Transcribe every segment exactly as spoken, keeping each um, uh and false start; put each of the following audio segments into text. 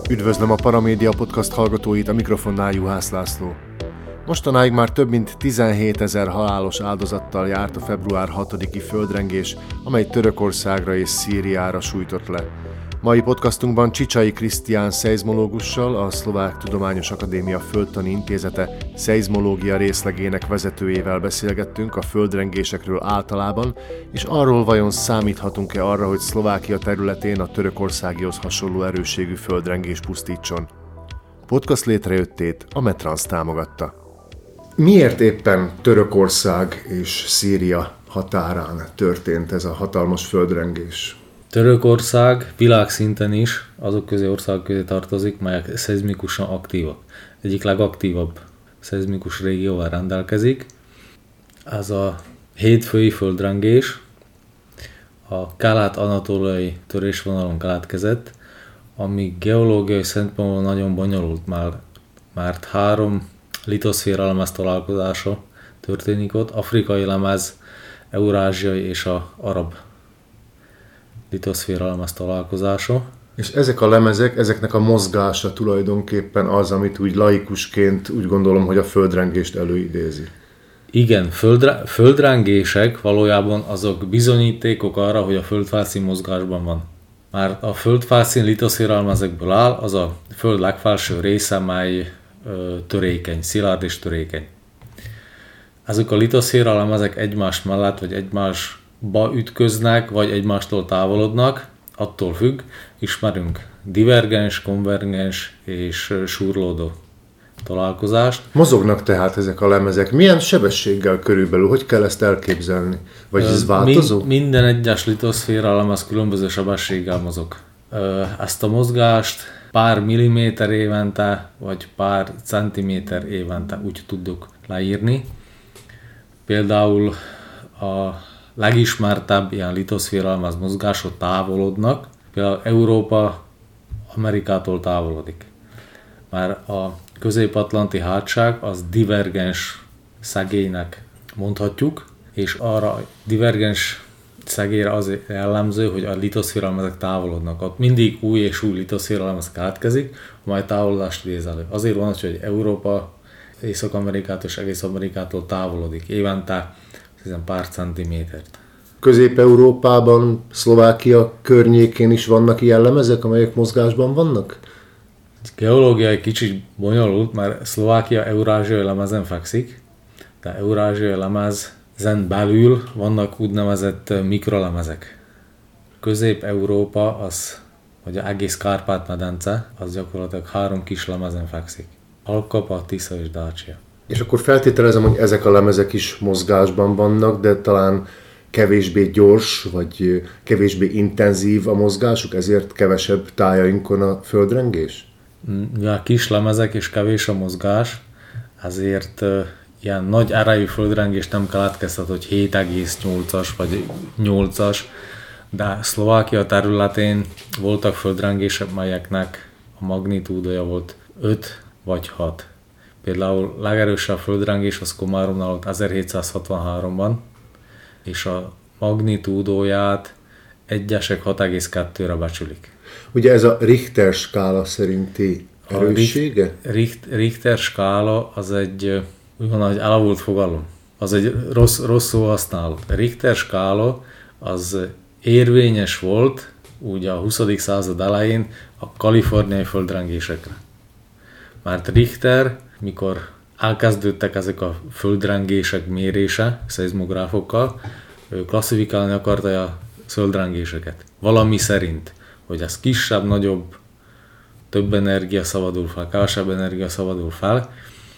Üdvözlöm a Paramédia Podcast hallgatóit, a mikrofonnál Juhász László. Mostanáig már több mint tizenhétezer halálos áldozattal járt a február hatodiki földrengés, amely Törökországra és Szíriára sújtott le. Mai podcastunkban Csicsai Krisztián szeizmológussal, a Szlovák Tudományos Akadémia Földtani Intézete szeizmológia részlegének vezetőjével beszélgettünk a földrengésekről általában, és arról vajon számíthatunk-e arra, hogy Szlovákia területén a törökországihoz hasonló erősségű földrengés pusztítson. Podcast létrejöttét a Metrans támogatta. Miért éppen Törökország és Szíria határán történt ez a hatalmas földrengés? Törökország világszinten is azok közé országok közé tartozik, melyek szeizmikusan aktívak. Egyik legaktívabb szeizmikus régióval rendelkezik. Ez a hétfői földrengés a kelet-anatóliai törésvonalon keletkezett, ami geológiai szempontból nagyon bonyolult már, mert három litoszféra lemez találkozása történik ott, afrikai lemez, eurázsiai és a arab litoszféra lemez találkozása. És ezek a lemezek, ezeknek a mozgása tulajdonképpen az, amit úgy laikusként úgy gondolom, hogy a földrengést előidézi. Igen, földre, földrengések valójában azok bizonyítékok arra, hogy a földfelszín mozgásban van. Már a földfelszín litoszféra lemezekből áll, az a föld legfelső része, mely ö, törékeny, szilárd és törékeny. Ezek a litoszféra lemezek egymás mellett, vagy egymás ba ütköznek, vagy egymástól távolodnak, attól függ, ismerünk divergens, konvergens és súrlódó találkozást. Mozognak tehát ezek a lemezek. Milyen sebességgel körülbelül? Hogy kell ezt elképzelni? Vagy ez változó? Mind, minden egyes litoszféra lemez különböző sebességgel mozog. Ezt a mozgást pár milliméter évente, vagy pár centiméter évente úgy tudjuk leírni. Például a legismertebb ilyen litoszféra lemez mozgások távolodnak, például Európa Amerikától távolodik. Már a közép-atlanti hátság az divergens szegélynek mondhatjuk, és arra a divergens szegélyre az jellemző, hogy a litoszféra lemezek távolodnak. Ott mindig új és új litoszféra lemez keletkezik, amely távolodást idéz elő. Azért van, hogy Európa Észak-Amerikától és egész Amerikától távolodik évente pár centimétert. Közép-Európában, Szlovákia környékén is vannak ilyen lemezek, amelyek mozgásban vannak? Geológiai kicsit bonyolult, mert Szlovákia eurázsiai lemezen fekszik, de eurázsiai lemezen belül vannak úgynevezett mikrolemezek. Közép-Európa, az, vagy az egész Kárpát-medence, az gyakorlatilag három kis lemezen fekszik. Alkapa, Tisza és Dácsia. És akkor feltételezem, hogy ezek a lemezek is mozgásban vannak, de talán kevésbé gyors, vagy kevésbé intenzív a mozgásuk, ezért kevesebb tájainkon a földrengés? Ja, kis lemezek és kevés a mozgás, ezért uh, ilyen nagy erejű földrengés nem keletkezhet, hogy hét egész nyolcas vagy nyolcas, de Szlovákia területén voltak földrengések, melyeknek a magnitúdója volt öt vagy hat. Például legerősebb földrengés az Komáromnál volt ezerhétszázhatvanháromban, és a magnitúdóját egyesek hat egész kettőre becsülik. Ugye ez a Richter skála szerinti erőssége? A Richter skála az egy, úgy van, hogy elavult fogalom. Az egy rossz, rossz szó használó. A Richter skála az érvényes volt úgy a huszadik század elején a kaliforniai földrengésekre. Mert Richter, mikor elkezdődtek ezek a földrengések mérése szeizmográfokkal, ő klasszifikálni akarta a földrengéseket. Valami szerint, hogy ez kisebb, nagyobb, több energia szabadul fel, kevesebb energia szabadul fel,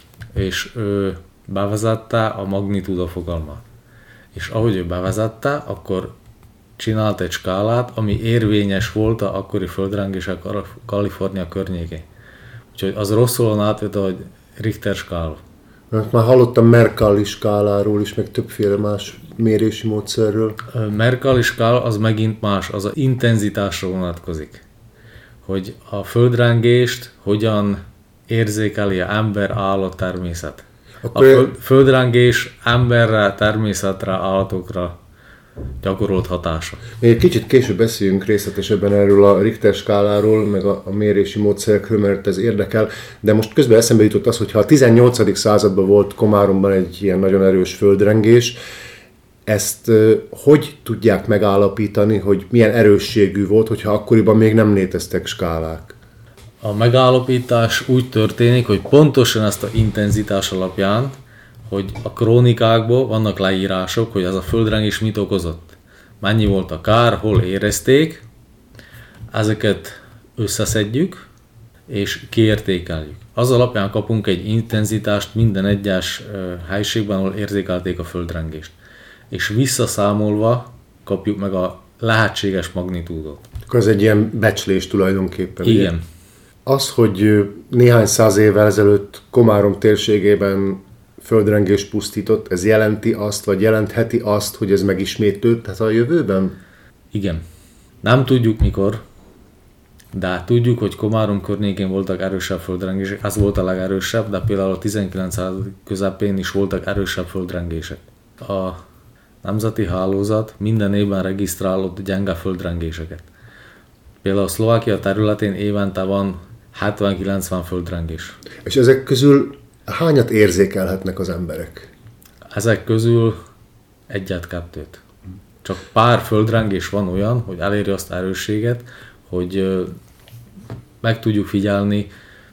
és ő bevezette a magnitúda fogalmát. És ahogy ő bevezette, akkor csinált egy skálát, ami érvényes volt a akkori földrengések Kalifornia környékén. Úgyhogy az rosszul átvette, hogy Richter skála. Mert már hallottam Mercalli skáláról is, meg többféle más mérési módszerről. Mercalli skála az megint más, az az intenzitásra vonatkozik. Hogy a földrengést hogyan érzékeli a ember, állat, természet. Akkor a föld, földrengés emberre, természetre, állatokra gyakorolt hatása. Még egy kicsit később beszéljünk részletesebben erről a Richter skáláról, meg a, a mérési módszerekről, mert ez érdekel, de most közben eszembe jutott az, hogy ha a tizennyolcadik században volt Komáromban egy ilyen nagyon erős földrengés, ezt hogy tudják megállapítani, hogy milyen erősségű volt, hogyha akkoriban még nem léteztek skálák? A megállapítás úgy történik, hogy pontosan ezt a intenzitás alapján, hogy a krónikákból vannak leírások, hogy ez a földrengés mit okozott. Mennyi volt a kár, hol érezték, ezeket összeszedjük és kiértékeljük. Az alapján kapunk egy intenzitást minden egyes helységben, ahol érzékelték a földrengést. És visszaszámolva kapjuk meg a lehetséges magnitúdot. Akkor ez egy ilyen becslés tulajdonképpen. Igen. Ugye? Az, hogy néhány száz évvel ezelőtt Komárom térségében földrengés pusztított, ez jelenti azt, vagy jelentheti azt, hogy ez megismétlődhet a jövőben? Igen. Nem tudjuk mikor, de tudjuk, hogy Komárom környékén voltak erősebb földrengések. Ez volt a legerősebb, de például a tizenkilenc század közepén is voltak erősebb földrengések. A nemzeti hálózat minden évben regisztrálott gyenge földrengéseket. Például a Szlovákia területén évente van hetven-kilencven földrengés. És ezek közül hányat érzékelhetnek az emberek? Ezek közül egyet-kettőt. Csak pár földrengés van olyan, hogy eléri azt erősséget, hogy meg tudjuk figyelni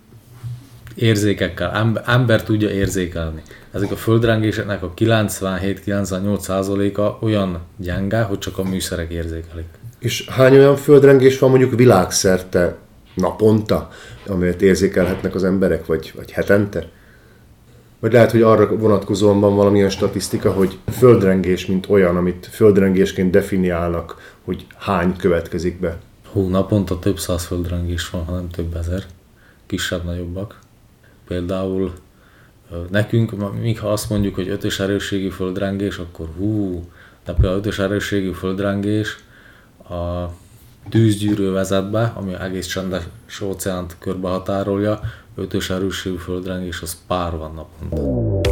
érzékekkel. Ember tudja érzékelni. Ezek a földrengéseknek a kilencvenhét-kilencvennyolc százaléka olyan gyenge, hogy csak a műszerek érzékelik. És hány olyan földrengés van mondjuk világszerte naponta, amelyet érzékelhetnek az emberek, vagy, vagy hetente? Vagy lehet, hogy arra vonatkozóan van valamilyen statisztika, hogy földrengés, mint olyan, amit földrengésként definiálnak, hogy hány következik be? Hú, naponta több száz földrengés van, hanem több ezer. Kisebb-nagyobbak. Például nekünk, míg ha azt mondjuk, hogy ötös erősségű földrengés, akkor hú, de például ötös erősségű földrengés a tűzgyűrű vezetbe, ami egész csendes óceánt körbehatárolja, ötös erősségű földrengés, az pár van naponta.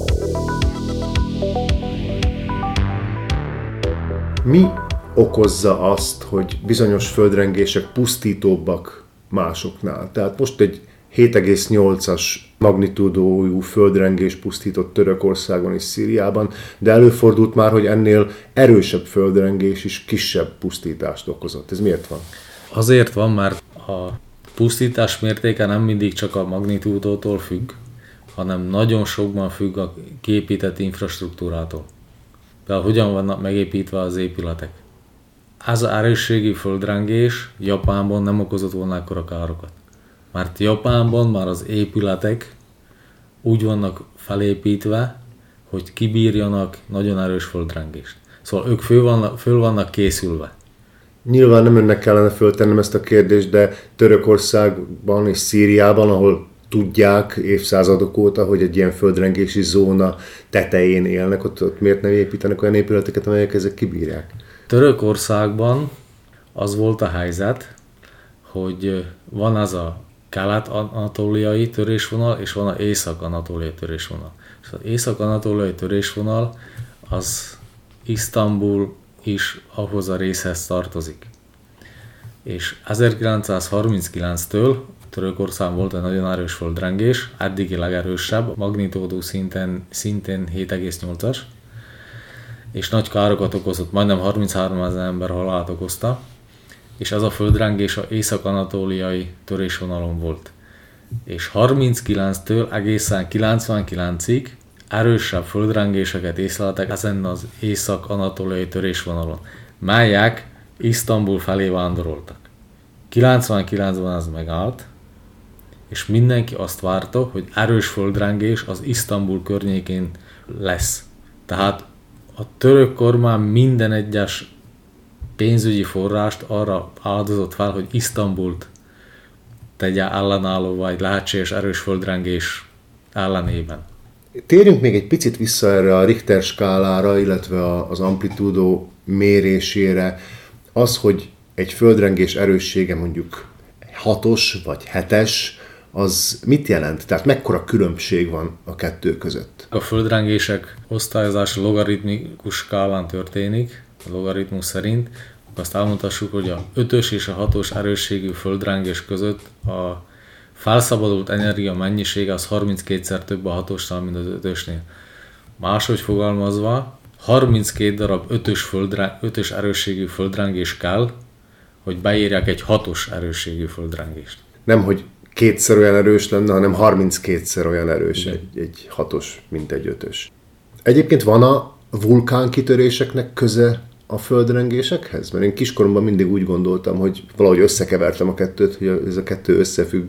Mi okozza azt, hogy bizonyos földrengések pusztítóbbak másoknál? Tehát most egy hét egész nyolcas magnitúdójú földrengés pusztított Törökországon és Szíriában, de előfordult már, hogy ennél erősebb földrengés is kisebb pusztítást okozott. Ez miért van? Azért van, mert a pusztítás mértéke nem mindig csak a magnitúdótól függ, hanem nagyon sokban függ a kiépített infrastruktúrától. Például hogyan vannak megépítve az épületek. Ez az erősségű földrengés Japánban nem okozott volna ekkora károkat. Mert Japánban már az épületek úgy vannak felépítve, hogy kibírjanak nagyon erős földrengést. Szóval ők föl vannak, föl vannak készülve. Nyilván nem önnek kellene föltennem ezt a kérdést, de Törökországban és Szíriában, ahol tudják évszázadok óta, hogy egy ilyen földrengési zóna tetején élnek, ott, ott miért nem építenek olyan épületeket, amelyek ezek kibírják? Törökországban az volt a helyzet, hogy van az a kelet-anatóliai törésvonal, és van az észak-anatóliai törésvonal. És az észak-anatóliai törésvonal az Isztambul is ahhoz a részhez tartozik. És ezerkilencszázharminckilenctől Törökországban volt egy nagyon erős földrengés, eddigi legerősebb, magnitódú szinten, szintén hét egész nyolcas, és nagy károkat okozott, majdnem harminchárom ezer ember halált okozta, és ez a földrengés az észak-anatóliai törésvonalon volt. És harminckilenctől egészen kilencvenkilencig erősebb földrengéseket észleltek ezen az észak-anatóliai törésvonalon, melyek Isztambul felé vándoroltak. kilencvenkilencben ez megállt, és mindenki azt várta, hogy erős földrengés az Isztambul környékén lesz. Tehát a török kormány minden egyes pénzügyi forrást arra áldozott fel, hogy Isztambult tegye ellenállóvá egy lehetséges erős földrengés ellenében. Térjünk még egy picit vissza erre a Richter skálára, illetve az amplitúdó mérésére. Az, hogy egy földrengés erőssége mondjuk hatos vagy hetes, az mit jelent? Tehát mekkora különbség van a kettő között? A földrengések osztályozása logaritmikus skálán történik, a logaritmus szerint, akkor azt elmondhassuk, hogy a ötös és a hatos erősségű földrengés között a felszabadult energia mennyisége az harminckétszer több a hatosnál, mint az ötösnél. Máshogy fogalmazva, harminckét darab ötös, földre, ötös erősségű földrengés kell, hogy beírják egy hatos erősségű földrengést. Nem, hogy kétszer olyan erős lenne, hanem harminckétszer olyan erős egy, egy hatos, mint egy ötös. Egyébként van a vulkánkitöréseknek köze a földrengésekhez? Mert én kiskoromban mindig úgy gondoltam, hogy valahogy összekevertem a kettőt, hogy ez a kettő összefügg.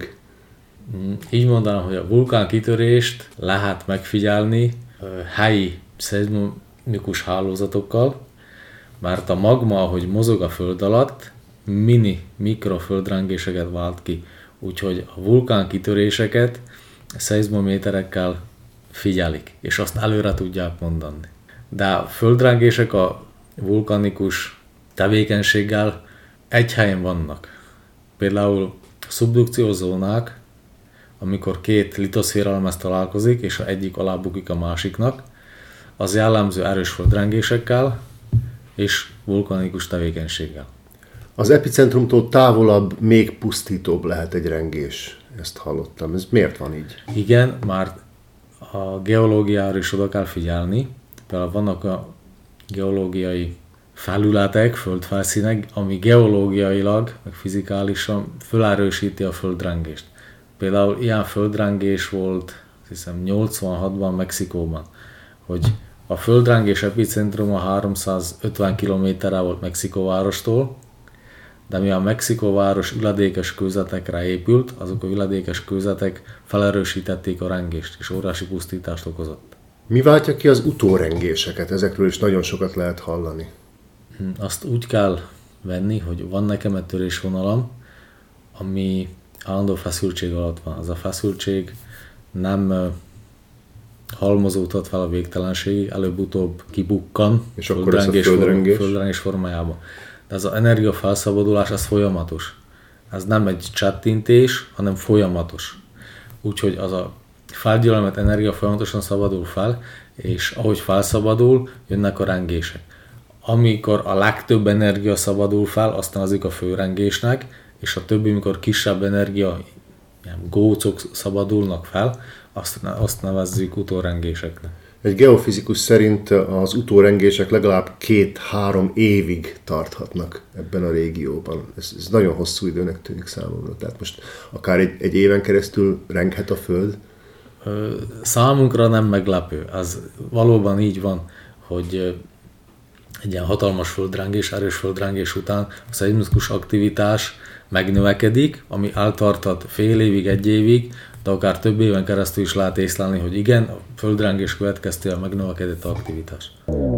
Így mondanám, hogy a vulkánkitörést lehet megfigyelni helyi szeizmikus hálózatokkal, mert a magma, ahogy mozog a föld alatt, mini mikroföldrengéseket vált ki. Úgyhogy a vulkánkitöréseket szeizmométerekkel figyelik, és azt előre tudják mondani. De a földrengések a vulkanikus tevékenységgel egy helyen vannak. Például a szubdukciós zónák, amikor két litoszféralemez találkozik, és egyik alábukik a másiknak, az jellemző erős földrengésekkel és vulkanikus tevékenységgel. Az epicentrumtól távolabb még pusztítóbb lehet egy rengés. Ezt hallottam. Ez miért van így? Igen, már a geológiára is oda kell figyelni. Például vannak a geológiai felületek, földfelszínek, ami geológiailag, meg fizikálisan felerősíti a földrengést. Például ilyen földrengés volt, azt hiszem nyolcvanhatban Mexikóban, hogy a földrengés epicentruma háromszázötven kilométerre volt Mexikóvárostól, de mivel Mexikóváros üledékes kőzetekre épült, azok a üledékes kőzetek felerősítették a rengést, és óriási pusztítást okozott. Mi váltja ki az utórengéseket? Ezekről is nagyon sokat lehet hallani. Azt úgy kell venni, hogy van nekem egy törésvonalam, ami állandó feszültség alatt van. Az a feszültség nem halmozódhat fel a végtelenségig, előbb-utóbb kibukkan, és akkor ez a földrengés? földrengés formájában. De ez az energiafelszabadulás, ez folyamatos. Ez nem egy csettintés, hanem folyamatos. Úgyhogy az a felgyülemlett energia folyamatosan szabadul fel, és ahogy felszabadul, jönnek a rengések. Amikor a legtöbb energia szabadul fel, aztán azik a főrengésnek, és a többi, amikor kisebb energia, ilyen gócok szabadulnak fel, azt, azt nevezzük utórengéseknek. Egy geofizikus szerint az utórengések legalább két-három évig tarthatnak ebben a régióban. Ez, ez nagyon hosszú időnek tűnik számomra. Tehát most akár egy, egy éven keresztül renghet a Föld? Számunkra nem meglepő. Az valóban így van, hogy egy ilyen hatalmas földrengés, erős földrengés után a szeizmikus aktivitás megnövekedik, ami eltarthat fél évig, egy évig, de akár több éven keresztül is lehet észlelni, hogy igen, a földrengés következtében megnövekedett a aktivitás.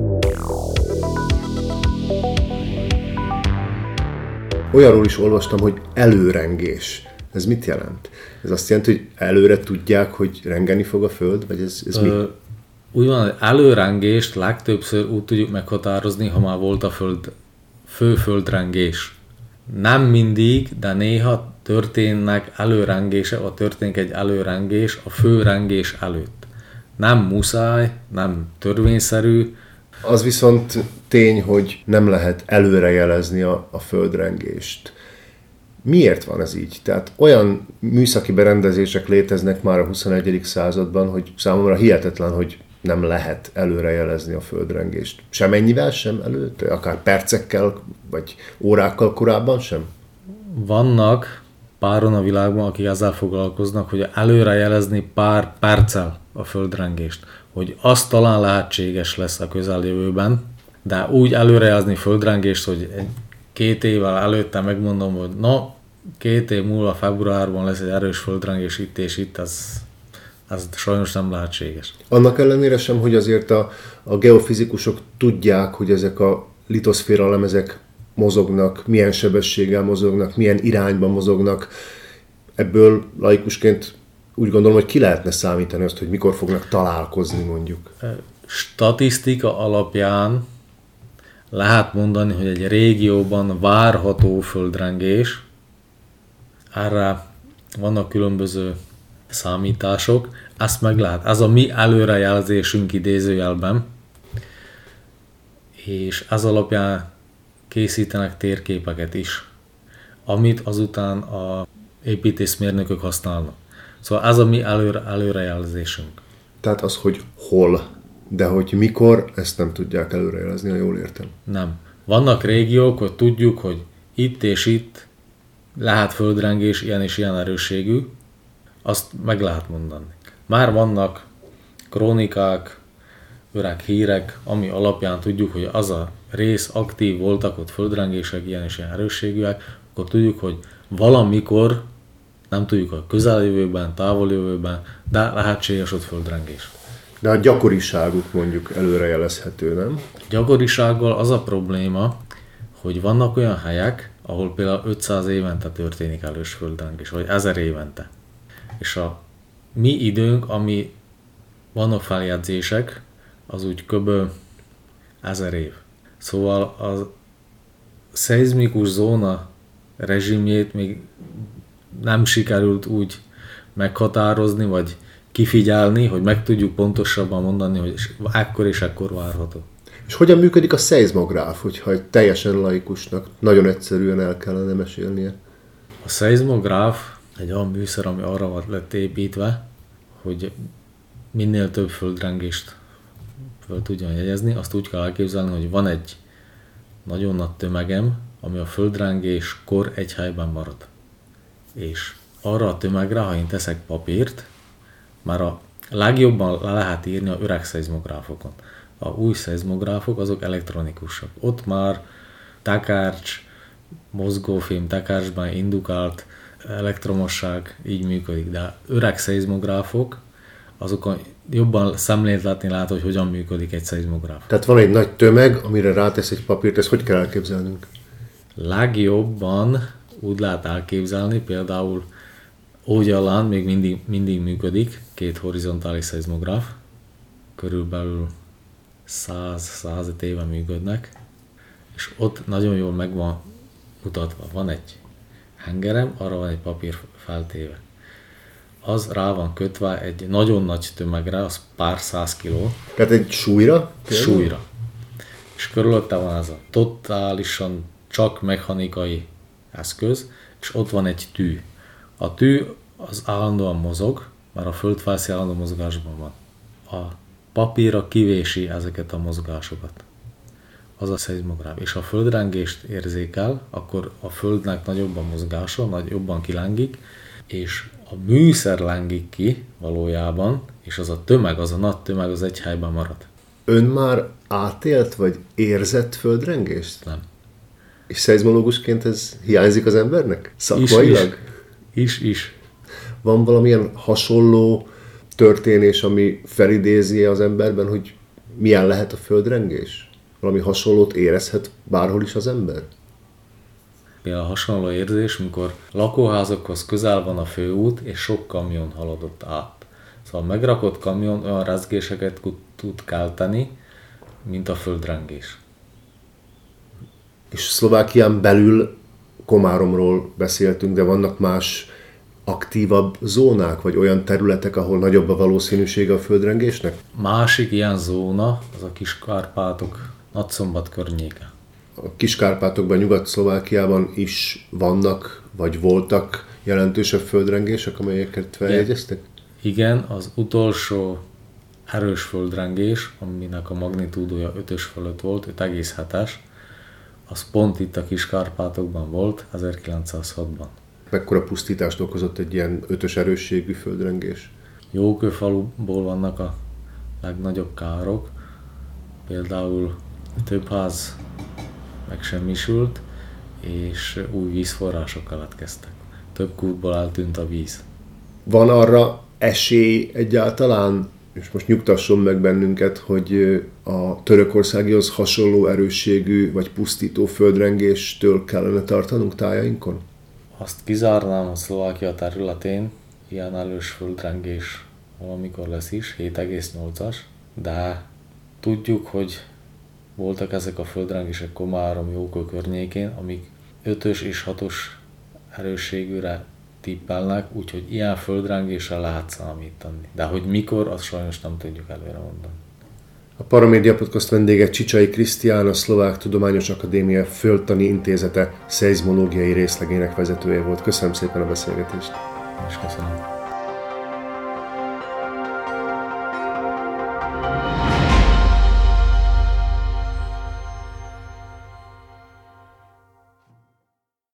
Olyanról is olvastam, hogy előrengés. Ez mit jelent? Ez azt jelenti, hogy előre tudják, hogy rengeni fog a Föld? Vagy ez, ez mi? Úgy van, hogy előrengést legtöbbször úgy tudjuk meghatározni, ha már volt a föld, fő földrengés. Nem mindig, de néha történnek előrengése, vagy történik egy előrengés a főrengés előtt. Nem muszáj, nem törvényszerű. Az viszont tény, hogy nem lehet előrejelezni a, a földrengést. Miért van ez így? Tehát olyan műszaki berendezések léteznek már a huszonegyedik században, hogy számomra hihetetlen, hogy nem lehet előrejelezni a földrengést. Semennyivel sem előtt? Akár percekkel, vagy órákkal korábban sem? Vannak páron a világban, akik ezzel foglalkoznak, hogy előrejelezni pár perccel a földrengést. Hogy az talán lehetséges lesz a közeljövőben, de úgy előrejelezni földrengést, hogy egy két évvel előtte megmondom, hogy na, két év múlva februárban lesz egy erős földrengés itt és itt, ez, ez sajnos nem lehetséges. Annak ellenére sem, hogy azért a, a geofizikusok tudják, hogy ezek a litoszféra lemezek mozognak, milyen sebességgel mozognak, milyen irányban mozognak. Ebből laikusként úgy gondolom, hogy ki lehetne számítani azt, hogy mikor fognak találkozni mondjuk. Statisztika alapján lehet mondani, hogy egy régióban várható földrengés, erre vannak különböző számítások, ezt meg lehet. Ez a mi előrejelzésünk idézőjelben. és ez alapján készítenek térképeket is, amit azután a építészmérnökök használnak. Szóval ez a mi előre, előrejelzésünk. Tehát az, hogy hol, de hogy mikor, ezt nem tudják előrejelezni, ha jól értem. Nem. Vannak régiók, hogy tudjuk, hogy itt és itt lehet földrengés ilyen és ilyen erősségű, azt meg lehet mondani. Már vannak krónikák, öreg hírek, ami alapján tudjuk, hogy az a rész aktív voltak ott földrengések, ilyen és ilyen erősségűek, akkor tudjuk, hogy valamikor, nem tudjuk a közeljövőben, távoljövőben, de lehetséges ott földrengés. De a gyakoriságuk mondjuk előrejelezhető, nem? Gyakorisággal az a probléma, hogy vannak olyan helyek, ahol például ötszáz évente történik elős földrengés, vagy ezer évente. És a mi időnk, ami vannak feljegyzések, az úgy kb. ezer év. Szóval a szeizmikus zóna rezsimjét még nem sikerült úgy meghatározni, vagy kifigyelni, hogy meg tudjuk pontosabban mondani, hogy ekkor és ekkor várható. És hogyan működik a szeizmográf, hogyha egy teljesen laikusnak nagyon egyszerűen el kellene mesélnie? A szeizmográf egy olyan műszer, ami arra lett építve, hogy minél több földrengést föl tudjon jegyezni. Azt úgy kell elképzelni, hogy van egy nagyon nagy tömegem, ami a földrengéskor egy helyben marad. És arra a tömegre, ha én teszek papírt, már a legjobban le lehet írni a öreg szeizmográfokon. A új szeizmográfok azok elektronikusak. Ott már takárcs, mozgófém takárcsban indukált elektromosság így működik, de öreg szeizmográfok, azokon jobban szemléltetni lehet, hogy hogyan működik egy szeizmográf. Tehát van egy nagy tömeg, amire rátesz egy papírt, ezt hogy kell elképzelnünk? Legjobban úgy lehet elképzelni, például Ógyalán még mindig, mindig működik két horizontális szeizmográf, körülbelül száz-százöt éve működnek, és ott nagyon jól meg van mutatva. Van egy hengerem, arra van egy papír feltéve. Az rá van kötve egy nagyon nagy tömegre, az pár száz kiló. Tehát egy súlyra? Súlyra. És körülötte van ez a totálisan csak mechanikai eszköz, és ott van egy tű. A tű az állandóan mozog, mert a földfelszi állandó mozgásban van. A papírra kivési ezeket a mozgásokat. Az a szeizmográf. És ha a földrengést érzékel, akkor a földnek nagyobb a mozgása, nagy, jobban kilángik, és a műszer lángik ki valójában, és az a tömeg, az a nagy tömeg az egy helyben marad. Ön már átélt, vagy érzett földrengést? Nem. És szeizmológusként ez hiányzik az embernek? Szakmailag? Is, is. is. Van valamilyen hasonló történés, ami felidézi az emberben, hogy milyen lehet a földrengés? Valami hasonlót érezhet bárhol is az ember? Például a hasonló érzés, amikor lakóházakhoz közel van a főút, és sok kamion haladott át. Szóval a megrakott kamion olyan rezgéseket tud kelteni, mint a földrengés. És Szlovákián belül Komáromról beszéltünk, de vannak más aktívabb zónák, vagy olyan területek, ahol nagyobb a valószínűsége a földrengésnek? Másik ilyen zóna, az a Kis-Kárpátok, Nagyszombat környéke. A Kis-Kárpátokban, Nyugat-Szlovákiában is vannak, vagy voltak jelentősebb földrengések, amelyeket feljegyeztek? Igen, az utolsó erős földrengés, aminek a magnitúdója ötös fölött volt, öt egész hetes, az pont itt a Kis-Kárpátokban volt, ezerkilencszázhatban. Mekkora pusztítást okozott egy ilyen ötös erősségű földrengés? Jókőfaluból vannak a legnagyobb károk, például több ház megsemmisült, és új vízforrások keletkeztek. Több kútból eltűnt a víz. Van arra esély egyáltalán, és most nyugtasson meg bennünket, hogy a törökországihoz hasonló erősségű vagy pusztító földrengéstől kellene tartanunk tájainkon? Azt kizárnám, hogy Szlovákia területén ilyen erős földrengés valamikor lesz is, hét egész nyolcas, de tudjuk, hogy voltak ezek a földrengések Komárom, Jókő környékén, amik ötös és hatos erősségűre tippelnek, úgyhogy ilyen földrengésre lehet számítani. De hogy mikor, azt sajnos nem tudjuk előre mondani. A Paramédia Podcast vendége Csicsai Krisztián, a Szlovák Tudományos Akadémia Földtani Intézete szeizmológiai részlegének vezetője volt. Köszönöm szépen a beszélgetést. És köszönöm.